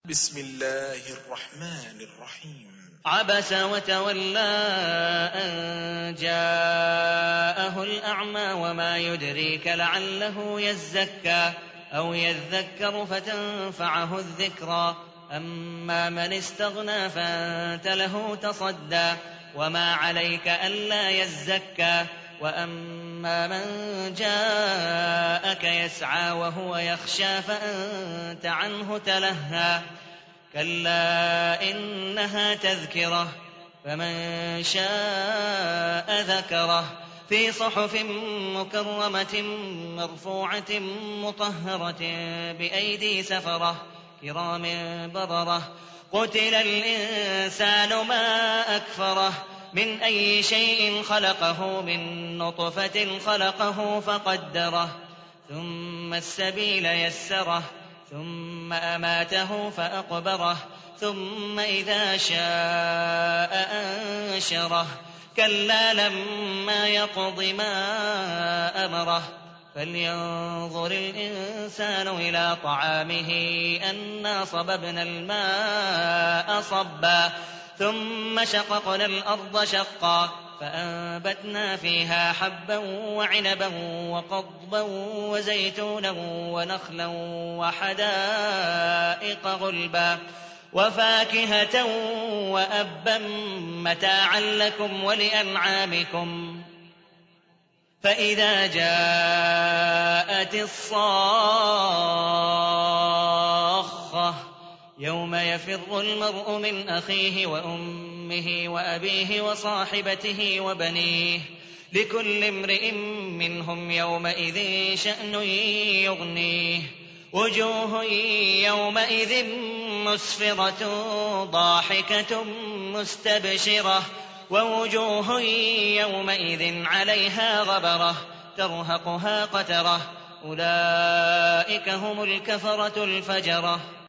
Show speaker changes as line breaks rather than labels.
بسم الله الرحمن الرحيم.
عبس وتولى أن جاءه الأعمى وما يدريك لعله يزكى أو يذكر فتنفعه الذكرى أما من استغنى فأنت له تصدى وما عليك ألا يزكى وأما من جاءك يسعى وهو يخشى فأنت عنه تلهى كلا إنها تذكرة فمن شاء ذكره في صحف مكرمة مرفوعة مطهرة بأيدي سفرة كرام بررة قتل الإنسان ما أكفره من أي شيء خلقه من نطفة خلقه فقدره ثم السبيل يسره ثم أماته فأقبره ثم إذا شاء أنشره كلا لما يقض ما أمره فلينظر الإنسان إلى طعامه أنا صببنا الماء صبا ثم شققنا الأرض شقا فأنبتنا فيها حبا وعنبا وقضبا وزيتونا ونخلا وحدائق غلبا وفاكهة وأبا متاعا لكم ولأنعامكم فإذا جاءت الصاخة يوم يفر المرء من أخيه وأمه وأبيه وصاحبته وبنيه لكل امرئ منهم يومئذ شأن يغنيه وجوه يومئذ مسفرة ضاحكة مستبشرة ووجوه يومئذ عليها غبرة ترهقها قترة أولئك هم الكفرة الفجرة.